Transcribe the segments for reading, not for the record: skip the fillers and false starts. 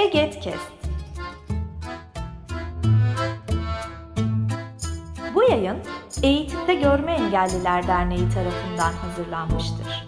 Egetkest. Bu yayın Eğitimde Görme Engelliler Derneği tarafından hazırlanmıştır.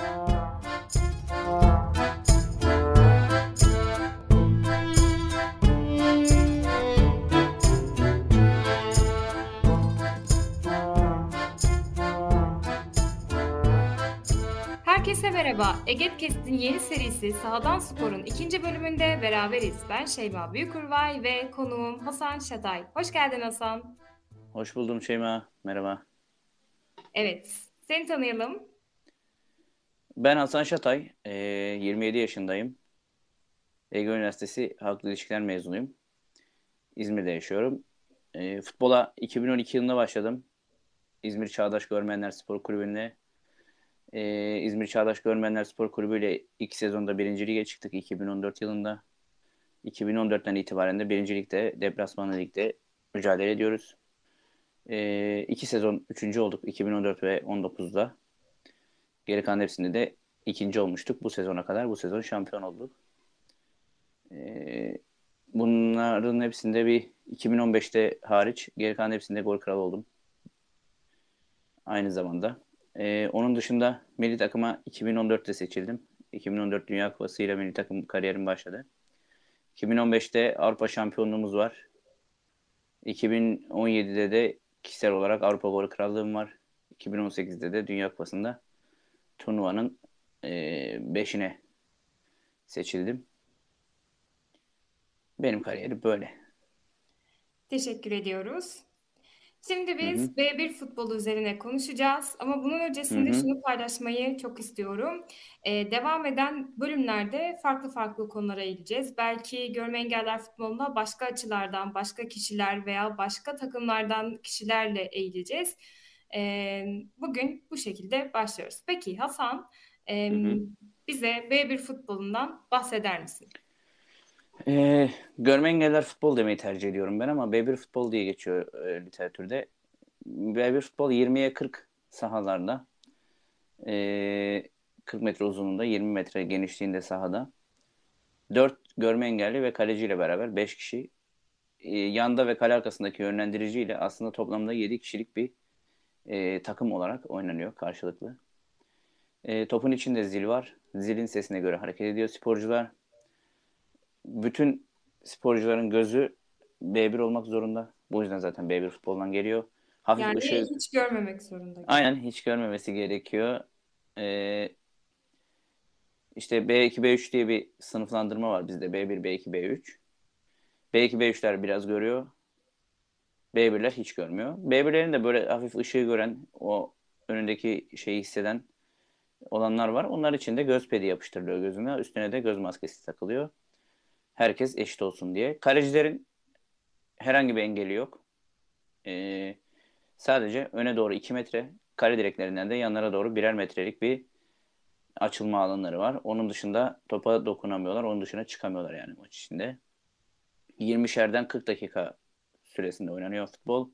Herkese merhaba. Egetkest'in yeni serisi Sahadan Spor'un 2. bölümünde beraberiz. Ben Şeyma Büyükurvay ve konuğum Hasan Şatay. Hoş geldin Hasan. Hoş buldum Şeyma. Merhaba. Evet, seni tanıyalım. Ben Hasan Şatay. 27 yaşındayım. Ege Üniversitesi Halkla İlişkiler mezunuyum. İzmir'de yaşıyorum. Futbola 2012 yılında başladım. İzmir Çağdaş Görmeyenler Spor Kulübü'nde. İzmir Çağdaş Görmeyenler Spor Kulübü ile ilk sezonda 1. Lig'e çıktık 2014 yılında. 2014'ten itibaren de 1. Lig'de, Deplasmanlı Lig'de mücadele ediyoruz. 2 sezon 3. olduk 2014 ve 19'da. Geri kalan hepsinde de ikinci olmuştuk bu sezona kadar. Bu sezon şampiyon olduk. Bunların hepsinde bir 2015'te hariç geri kalan hepsinde gol kralı oldum. Aynı zamanda. Onun dışında milli takıma 2014'te seçildim. 2014 Dünya Kupası ile milli takım kariyerim başladı. 2015'te Avrupa şampiyonluğumuz var. 2017'de de kişisel olarak Avrupa gol krallığım var. 2018'de de Dünya Kupası'nda turnuvanın 5'ine seçildim. Benim kariyerim böyle. Teşekkür ediyoruz. Şimdi biz B1 futbolu üzerine konuşacağız ama bunun öncesinde şunu paylaşmayı çok istiyorum. Devam eden bölümlerde farklı konulara eğileceğiz. Belki görme engeller futboluna başka açılardan, başka kişiler veya başka takımlardan kişilerle eğileceğiz. Bugün bu şekilde başlıyoruz. Peki Hasan, bize B1 futbolundan bahseder misin? Görme engeller futbol demeyi tercih ediyorum ben ama B1 futbol diye geçiyor literatürde. B1 futbol 20'ye 40 sahalarda, 40 metre uzunluğunda, 20 metre genişliğinde sahada. 4 görme engelli ve kaleciyle beraber 5 kişi. Yanda ve kale arkasındaki yönlendiriciyle aslında toplamda 7 kişilik bir takım olarak oynanıyor karşılıklı. Topun içinde zil var. Zilin sesine göre hareket ediyor sporcular. Bütün sporcuların gözü B1 olmak zorunda. Bu yüzden zaten B1 futboldan geliyor. Hafif Yani ışık. hiç görmemek zorunda. Aynen, hiç görmemesi gerekiyor. İşte B2, B3 diye bir sınıflandırma var bizde. B1, B2, B3. B2, B3'ler biraz görüyor. B1'ler hiç görmüyor. B1'lerin de böyle hafif ışığı gören, o önündeki şeyi hisseden olanlar var. Onlar için de göz pedi yapıştırılıyor gözüne. Üstüne de göz maskesi takılıyor. Herkes eşit olsun diye. Kalecilerin herhangi bir engeli yok. Sadece öne doğru 2 metre, kale direklerinden de yanlara doğru 1'er metrelik bir açılma alanları var. Onun dışında topa dokunamıyorlar. Onun dışına çıkamıyorlar yani maç içinde. 20'şerden 40 dakika süresinde oynanıyor futbol.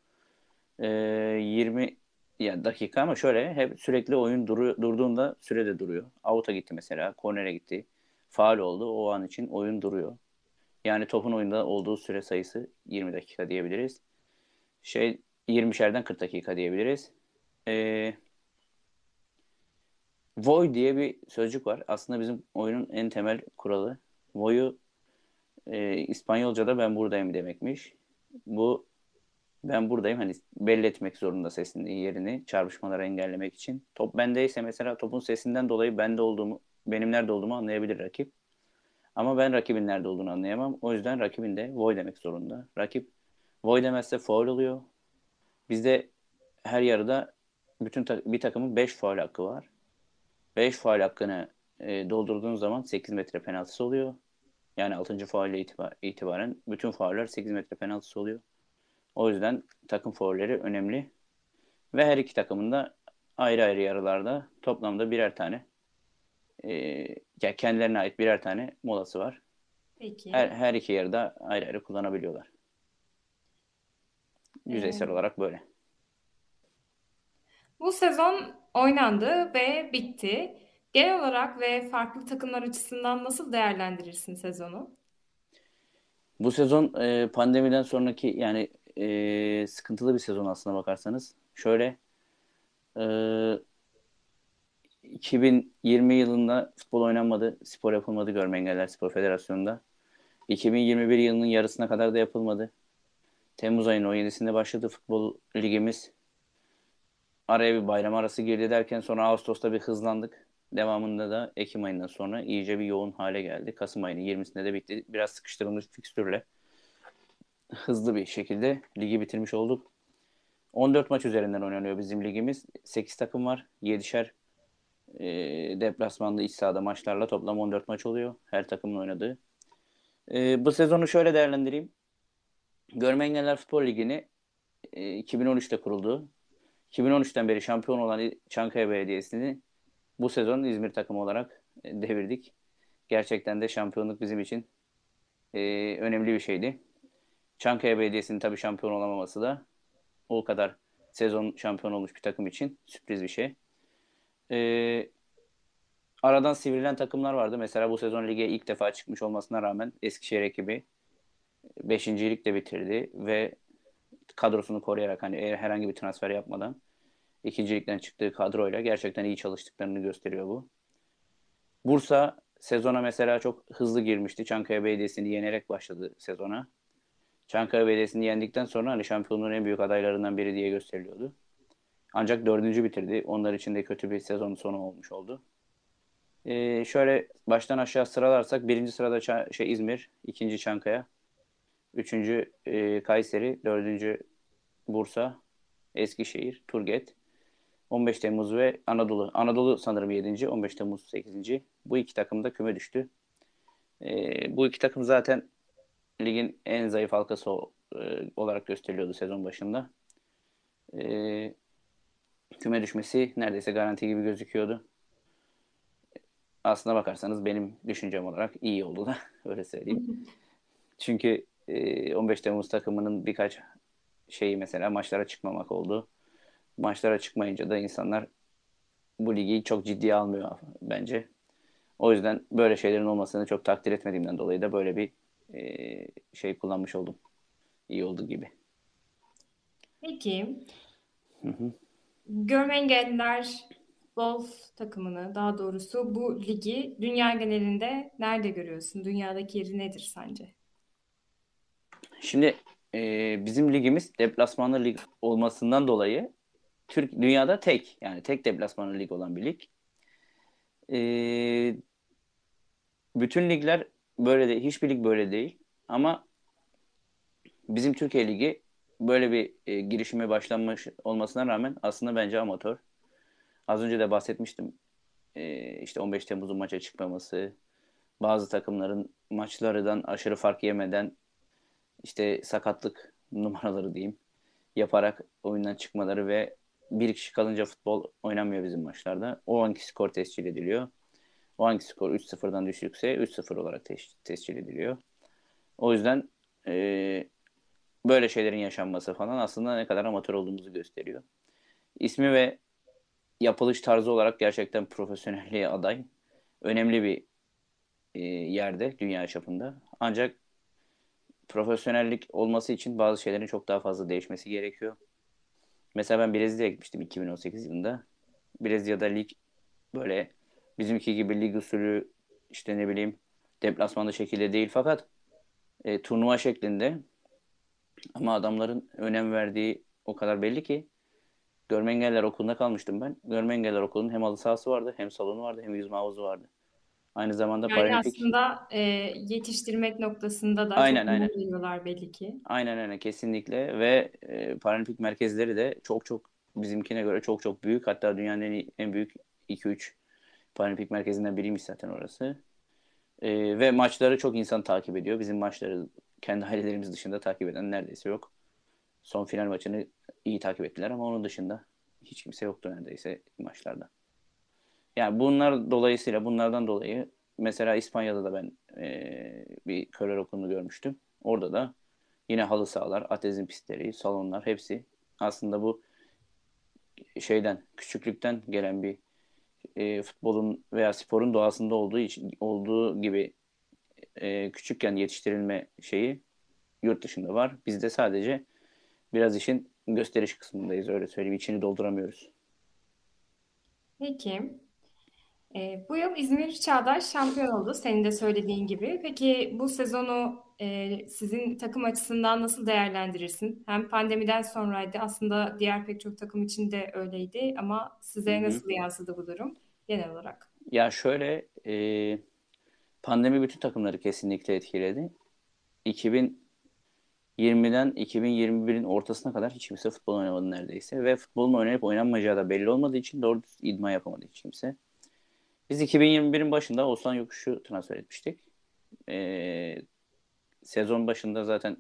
20 yani dakika ama şöyle hep sürekli oyun durduğunda süre de duruyor. Out'a gitti mesela, kornere gitti. Faul oldu. O an için oyun duruyor. Yani topun oyunda olduğu süre sayısı 20 dakika diyebiliriz. 20'şerden 40 dakika diyebiliriz. Voy diye bir sözcük var. Aslında bizim oyunun en temel kuralı. Voy'u İspanyolca'da ben buradayım demekmiş. Bu ben buradayım hani belli etmek zorunda sesinin yerini çarpışmaları engellemek için. Top bendeyse mesela topun sesinden dolayı benim nerede olduğumu anlayabilir rakip. Ama ben rakibin nerede olduğunu anlayamam. O yüzden rakibin de voy demek zorunda. Rakip voy demezse faul oluyor. Bizde her yarıda bir takımın 5 faul hakkı var. 5 faul hakkını doldurduğun zaman 8 metre penaltısı oluyor. Yani 6. faulle itibaren bütün fauller 8 metre penaltısı oluyor. O yüzden takım faulleri önemli. Ve her iki takımın da ayrı ayrı yarılarda toplamda birer tane yani kendilerine ait birer tane molası var. Peki. Her iki yarıda ayrı ayrı kullanabiliyorlar. Yüzeysel olarak böyle. Bu sezon oynandı ve bitti. Genel olarak ve farklı takımlar açısından nasıl değerlendirirsin sezonu? Bu sezon pandemiden sonraki yani sıkıntılı bir sezon aslına bakarsanız. Şöyle e, 2020 yılında futbol oynanmadı, spor yapılmadı Görme Engelliler Spor Federasyonu'nda. 2021 yılının yarısına kadar da yapılmadı. Temmuz ayının 17'sinde başladı futbol ligimiz. Araya bir bayram arası girdi derken sonra Ağustos'ta bir hızlandık. Devamında da Ekim ayından sonra iyice bir yoğun hale geldi. Kasım ayının 20'sinde de bitti. Biraz sıkıştırılmış fikstürle hızlı bir şekilde ligi bitirmiş olduk. 14 maç üzerinden oynanıyor bizim ligimiz. 8 takım var. 7'şer deplasmanlı iç sahada maçlarla toplam 14 maç oluyor. Her takımın oynadığı. Bu sezonu şöyle değerlendireyim. Görme Engelliler Futbol Ligi'ni 2013'te kuruldu. 2013'ten beri şampiyon olan Çankaya Belediyesi'ni bu sezon İzmir takımı olarak devirdik. Gerçekten de şampiyonluk bizim için önemli bir şeydi. Çankaya Belediyesi'nin tabii şampiyon olamaması da o kadar sezon şampiyon olmuş bir takım için sürpriz bir şey. Aradan sivrilen takımlar vardı. Mesela bu sezon lige ilk defa çıkmış olmasına rağmen Eskişehir ekibi 5.likte bitirdi ve kadrosunu koruyarak hani herhangi bir transfer yapmadan 2.likten çıktığı kadroyla gerçekten iyi çalıştıklarını gösteriyor bu. Bursa sezona mesela çok hızlı girmişti. Çankaya Belediyesi'ni yenerek başladı sezona. Çankaya Belediyesi'ni yendikten sonra hani şampiyonluğun en büyük adaylarından biri diye gösteriliyordu. Ancak 4. bitirdi. Onlar için de kötü bir sezon sonu olmuş oldu. Şöyle baştan aşağı sıralarsak birinci sırada İzmir, ikinci Çankaya, üçüncü Kayseri, dördüncü Bursa, Eskişehir, Turget, 15 Temmuz ve Anadolu. Anadolu sanırım 7. 15 Temmuz 8. Bu iki takım da küme düştü. Bu iki takım zaten ligin en zayıf halkası olarak gösteriliyordu sezon başında. Küme düşmesi neredeyse garanti gibi gözüküyordu. Aslına bakarsanız benim düşüncem olarak iyi oldu da öyle söyleyeyim. Çünkü 15 Temmuz takımının birkaç şeyi mesela maçlara çıkmamak oldu. Maçlara çıkmayınca da insanlar bu ligi çok ciddiye almıyor bence. O yüzden böyle şeylerin olmasını çok takdir etmediğimden dolayı da böyle bir şey kullanmış oldum. İyi oldu gibi. Peki, Hı hı. Görme Engelliler golf takımını, daha doğrusu bu ligi dünya genelinde nerede görüyorsun? Dünyadaki yeri nedir sence? Şimdi bizim ligimiz deplasmanlı lig olmasından dolayı dünyada tek yani tek deplasmanlı lig olan bir lig. E, Bütün ligler böyle değil. Hiçbir lig böyle değil. Ama bizim Türkiye Ligi böyle bir girişime başlanmış olmasına rağmen aslında bence amatör. Az önce de bahsetmiştim. İşte 15 Temmuz'un maça çıkmaması, bazı takımların maçlardan aşırı fark yemeden işte sakatlık numaraları diyeyim yaparak oyundan çıkmaları ve bir kişi kalınca futbol oynanmıyor bizim maçlarda. O anki skor tescil ediliyor. O anki skor 3-0'dan düşükse 3-0 olarak tescil ediliyor. O yüzden böyle şeylerin yaşanması falan aslında ne kadar amatör olduğumuzu gösteriyor. İsmi ve yapılış tarzı olarak gerçekten profesyonelliğe aday. Önemli bir yerde dünya çapında. Ancak profesyonellik olması için bazı şeylerin çok daha fazla değişmesi gerekiyor. Mesela ben Brezilya'ya gitmiştim 2018 yılında. Brezilya'da lig böyle bizimki gibi lig usulü işte ne bileyim deplasmanlı şekilde değil fakat turnuva şeklinde ama adamların önem verdiği o kadar belli ki Görme Engelliler Okulu'nda kalmıştım ben. Görme Engelliler Okulu'nun hem halı sahası vardı, hem salonu vardı, hem yüzme havuzu vardı. Aynı zamanda Yani paralimpik. aslında yetiştirmek noktasında da çok Aynen önem aynen. veriyorlar belli ki. Aynen aynen kesinlikle ve paralimpik merkezleri de çok çok bizimkine göre çok çok büyük. Hatta dünyanın en büyük 2-3 paralimpik merkezinden biriymiş zaten orası. Ve maçları çok insan takip ediyor. Bizim maçları kendi ailelerimiz dışında takip eden neredeyse yok. Son final maçını iyi takip ettiler ama onun dışında hiç kimse yoktu neredeyse maçlarda. Yani bunlardan dolayı mesela İspanya'da da ben bir köler okulunu görmüştüm. Orada da yine halı sahalar, atletizm pistleri, salonlar hepsi aslında bu küçüklükten gelen bir futbolun veya sporun doğasında olduğu gibi küçükken yetiştirilme şeyi yurt dışında var. Biz de sadece biraz işin gösteriş kısmındayız, öyle söyleyeyim. İçini dolduramıyoruz. Peki. Bu yıl İzmir Çağdaş şampiyon oldu senin de söylediğin gibi. Peki bu sezonu sizin takım açısından nasıl değerlendirirsin? Hem pandemiden sonraydı, aslında diğer pek çok takım için de öyleydi ama Hı size hı. nasıl yansıdı bu durum genel olarak? Ya şöyle, pandemi bütün takımları kesinlikle etkiledi. 2020'den 2021'in ortasına kadar hiç kimse futbol oynamadı neredeyse. Ve futbolun oynayıp oynanmayacağı da belli olmadığı için doğru düzgün idman yapamadı hiç kimse. Biz 2021'in başında Oğuzhan Yokuş'u transfer etmiştik. Ee, Sezon başında zaten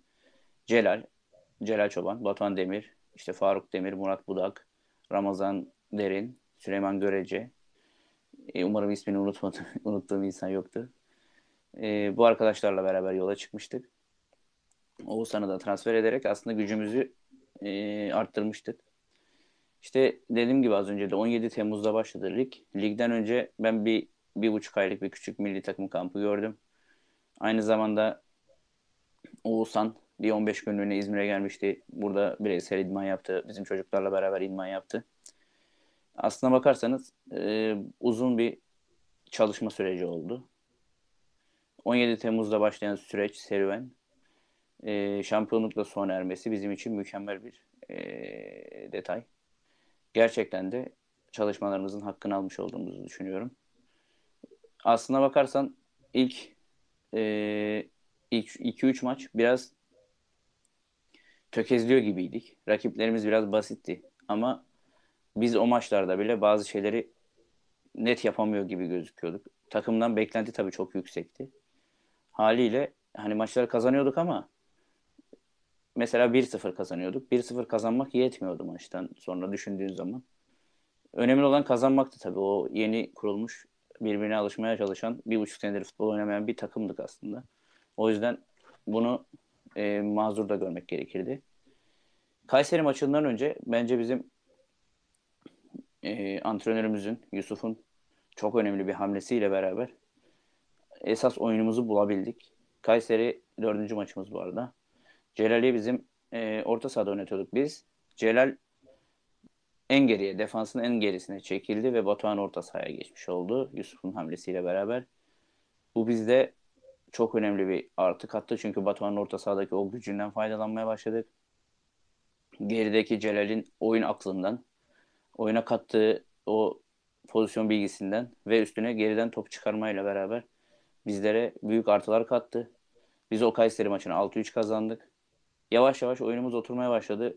Celal Çoban, Batuhan Demir, işte Faruk Demir, Murat Budak, Ramazan Derin, Süleyman Görece. Umarım ismini unutmadım. Unuttuğum insan yoktu. Bu arkadaşlarla beraber yola çıkmıştık. Oğuzhan'ı da transfer ederek aslında gücümüzü arttırmıştık. İşte dediğim gibi az önce de 17 Temmuz'da başladı lig. Ligden önce ben bir buçuk aylık bir küçük milli takım kampı gördüm. Aynı zamanda Oğuzhan bir 15 günlüğüne İzmir'e gelmişti. Burada bireysel idman yaptı. Bizim çocuklarla beraber idman yaptı. Aslına bakarsanız uzun bir çalışma süreci oldu. 17 Temmuz'da başlayan süreç, serüven, şampiyonlukla sona ermesi bizim için mükemmel bir detay. Gerçekten de çalışmalarımızın hakkını almış olduğumuzu düşünüyorum. Aslına bakarsan ilk e, ilk 2-3 maç biraz tökezliyor gibiydik. Rakiplerimiz biraz basitti. Ama biz o maçlarda bile bazı şeyleri net yapamıyor gibi gözüküyorduk. Takımdan beklenti tabii çok yüksekti. Haliyle hani maçları kazanıyorduk ama mesela 1-0 kazanıyorduk. 1-0 kazanmak yetmiyordu maçtan sonra düşündüğün zaman. Önemli olan kazanmaktı tabii. O yeni kurulmuş, birbirine alışmaya çalışan, 1,5 senedir futbol oynamayan bir takımdık aslında. O yüzden bunu mazur da görmek gerekirdi. Kayseri maçından önce bence bizim antrenörümüzün, Yusuf'un çok önemli bir hamlesiyle beraber esas oyunumuzu bulabildik. Kayseri dördüncü maçımız bu arada. Celal'i bizim orta sahada oynatıyorduk biz. Celal en geriye, defansın en gerisine çekildi ve Batuhan orta sahaya geçmiş oldu Yusuf'un hamlesiyle beraber. Bu bizde çok önemli bir artı kattı. Çünkü Batuhan'ın orta sahadaki o gücünden faydalanmaya başladık. Gerideki Celal'in oyun aklından, oyuna kattığı o pozisyon bilgisinden ve üstüne geriden top çıkarmayla beraber bizlere büyük artılar kattı. Biz o Kayseri maçını 6-3 kazandık. Yavaş yavaş oyunumuz oturmaya başladı.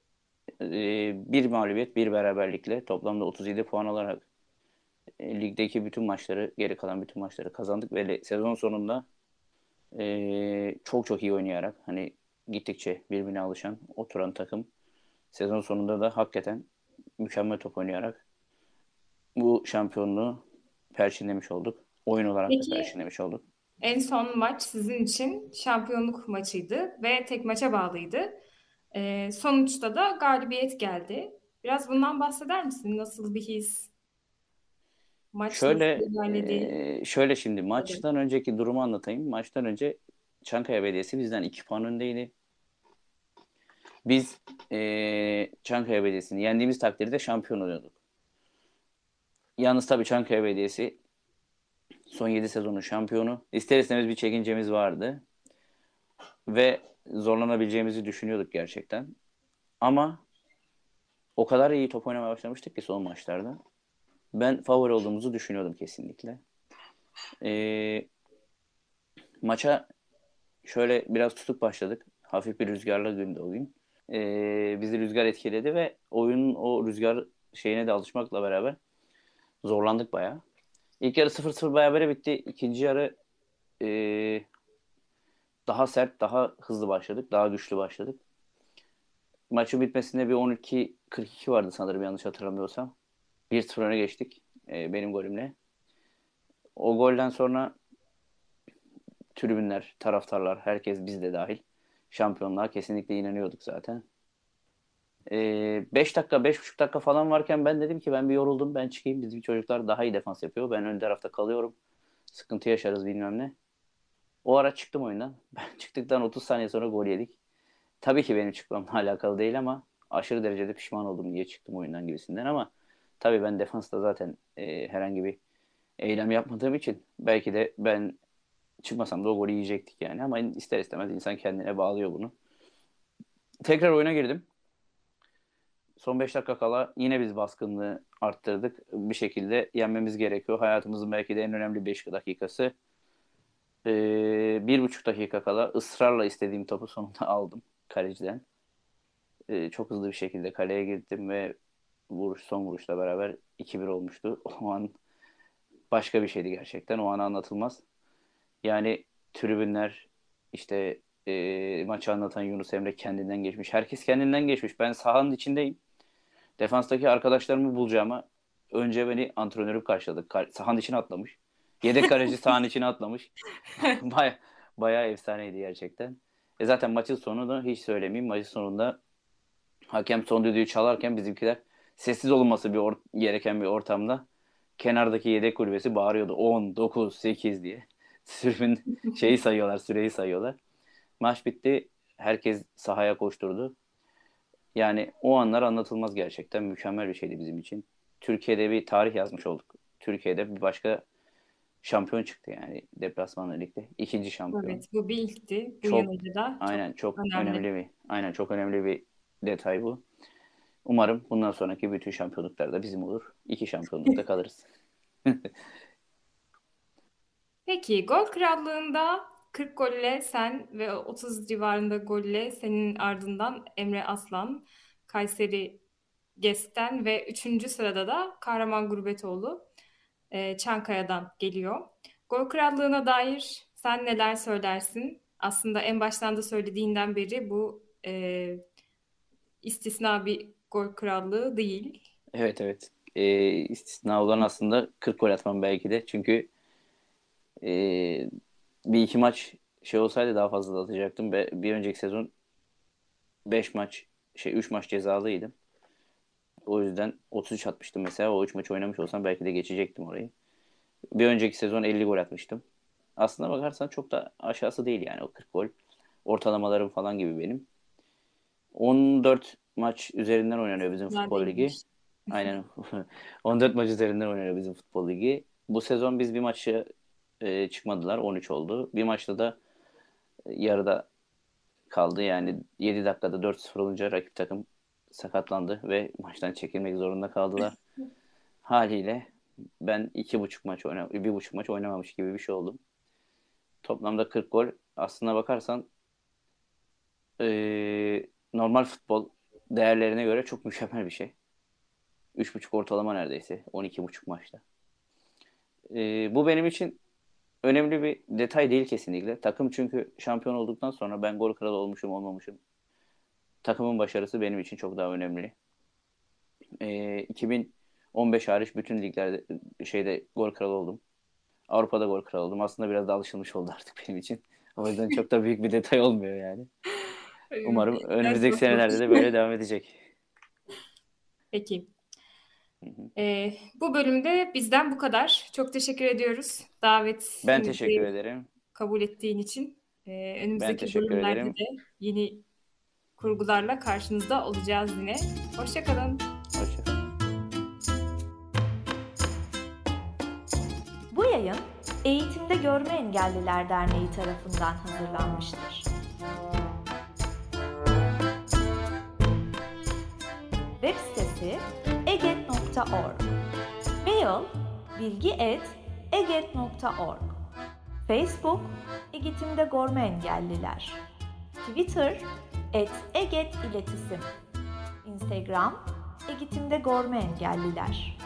Bir mağlubiyet, bir beraberlikle toplamda 37 puan alarak ligdeki bütün maçları, geri kalan bütün maçları kazandık ve sezon sonunda çok çok iyi oynayarak, hani gittikçe birbirine alışan, oturan takım sezon sonunda da hakikaten mükemmel top oynayarak bu şampiyonluğu perçinlemiş olduk. Oyun olarak da Peki perçinlemiş olduk. en son maç sizin için şampiyonluk maçıydı ve tek maça bağlıydı. Sonuçta da galibiyet geldi. Biraz bundan bahseder misin? Nasıl bir his? Maç nasıl ilerledi? Şöyle şimdi maçtan önceki durumu anlatayım. Maçtan önce Çankaya Belediyesi bizden 2 puan öndeydi. Biz Çankaya Belediyesi'ni yendiğimiz takdirde şampiyon oluyorduk. Yalnız tabii Çankaya Belediyesi son 7 sezonun şampiyonu. İster istemez bir çekincemiz vardı. Ve zorlanabileceğimizi düşünüyorduk gerçekten. Ama o kadar iyi top oynamaya başlamıştık ki son maçlarda. Ben favori olduğumuzu düşünüyordum kesinlikle. Maça şöyle biraz tutuk başladık. Hafif bir rüzgarlı gündü o gün. Bizi rüzgar etkiledi ve oyunun o rüzgar şeyine de alışmakla beraber zorlandık bayağı. İlk yarı 0-0 berabere bitti. İkinci yarı daha sert, daha hızlı başladık. Daha güçlü başladık. Maçın bitmesinde bir 12-42 vardı sanırım, yanlış hatırlamıyorsam. 1-0 öne geçtik benim golümle. O golden sonra tribünler, taraftarlar, herkes, biz de dahil, şampiyonluğa kesinlikle inanıyorduk zaten. 5 dakika, 5,5 dakika falan varken ben dedim ki ben bir yoruldum, ben çıkayım. Bizim çocuklar daha iyi defans yapıyor. Ben ön tarafta kalıyorum. Sıkıntı yaşarız bilmem ne. O ara çıktım oyundan. Ben çıktıktan 30 saniye sonra gol yedik. Tabii ki benim çıkmamla alakalı değil ama aşırı derecede pişman oldum diye çıktım oyundan gibisinden ama tabii ben defansta zaten herhangi bir eylem yapmadığım için belki de ben çıkmasam da o golü yiyecektik yani ama ister istemez insan kendine bağlıyor bunu. Tekrar oyuna girdim. Son 5 dakika kala yine biz baskınlığı arttırdık. Bir şekilde yenmemiz gerekiyor. Hayatımızın belki de en önemli 5 dakikası. 1,5 dakika kala ısrarla istediğim topu sonunda aldım kaleciden. Çok hızlı bir şekilde kaleye girdim ve son vuruşla beraber 2-1 olmuştu. O an başka bir şeydi gerçekten. O an anlatılmaz. Yani tribünler işte maçı anlatan Yunus Emre kendinden geçmiş. Herkes kendinden geçmiş. Ben sahanın içindeyim. Defanstaki arkadaşlarımı bulacağıma önce beni antrenörüm karşıladı. Sahanın içine atlamış. Yedek kaleci sahanın içine atlamış. Bayağı efsaneydi gerçekten. Zaten maçın sonunu hiç söylemeyeyim. Maçın sonunda hakem son düdüğü çalarken bizimkiler sessiz olunması gereken bir ortamda kenardaki yedek kulübesi bağırıyordu. 10, 9, 8 diye. Süreyi sayıyorlar. Maç bitti. Herkes sahaya koşturdu. Yani o anlar anlatılmaz gerçekten. Mükemmel bir şeydi bizim için. Türkiye'de bir tarih yazmış olduk. Türkiye'de bir başka şampiyon çıktı yani deplasmanla ligde. 2. şampiyon. Evet, bu bir ilkti. Bu Çok, yönüyle de aynen çok önemli. çok önemli bir detay bu. Umarım bundan sonraki bütün şampiyonluklar da bizim olur. 2 şampiyonlukta kalırız. Peki gol krallığında 40 golle sen ve 30 civarında golle senin ardından Emre Aslan, Kayseri GES'ten ve 3. sırada da Kahraman Gurbetoğlu Çankaya'dan geliyor. Gol krallığına dair sen neler söylersin? Aslında en baştan da söylediğinden beri bu istisna bir gol krallığı değil. Evet. İstisna olan aslında 40 gol atmam belki de. Çünkü bir iki maç olsaydı daha fazla da atacaktım. Bir önceki sezon 3 maç cezalıydım. O yüzden 33 atmıştım mesela. O 3 maç oynamış olsam belki de geçecektim orayı. Bir önceki sezon 50 gol atmıştım. Aslına bakarsan çok da aşağısı değil yani o 40 gol. Ortalamalarım falan gibi benim. 14 maç üzerinden oynanıyor bizim futbol ligi. Aynen. 14 maç üzerinden oynanıyor bizim futbol ligi. Bu sezon biz bir maçı çıkmadılar. 13 oldu. Bir maçta da yarıda kaldı. Yani 7 dakikada 4-0 olunca rakip takım sakatlandı ve maçtan çekilmek zorunda kaldılar. Haliyle ben 1,5 maç oynamamış gibi bir şey oldum. Toplamda 40 gol. Aslına bakarsan normal futbol değerlerine göre çok mükemmel bir şey. 3,5 ortalama neredeyse. 12,5 maçta. Bu benim için önemli bir detay değil kesinlikle. Takım çünkü şampiyon olduktan sonra ben gol kralı olmuşum olmamışım. Takımın başarısı benim için çok daha önemli. 2015 hariç bütün liglerde gol kralı oldum. Avrupa'da gol kralı oldum. Aslında biraz da alışılmış oldu artık benim için. O yüzden çok da büyük bir detay olmuyor yani. Umarım önümüzdeki senelerde de böyle devam edecek. Peki. Bu bölümde bizden bu kadar. Çok teşekkür ediyoruz. Ben teşekkür ederim. Kabul ettiğin için. Önümüzdeki bölümlerde de yeni kurgularla karşınızda olacağız yine. Hoşçakalın. Bu yayın Eğitimde Görme Engelliler Derneği tarafından hazırlanmıştır. Web sitesi eget.org. Mail bilgi@eget.org. Facebook Eğitimde Görme Engelliler. Twitter @eget iletisim. Instagram Eğitimde Görme Engelliler.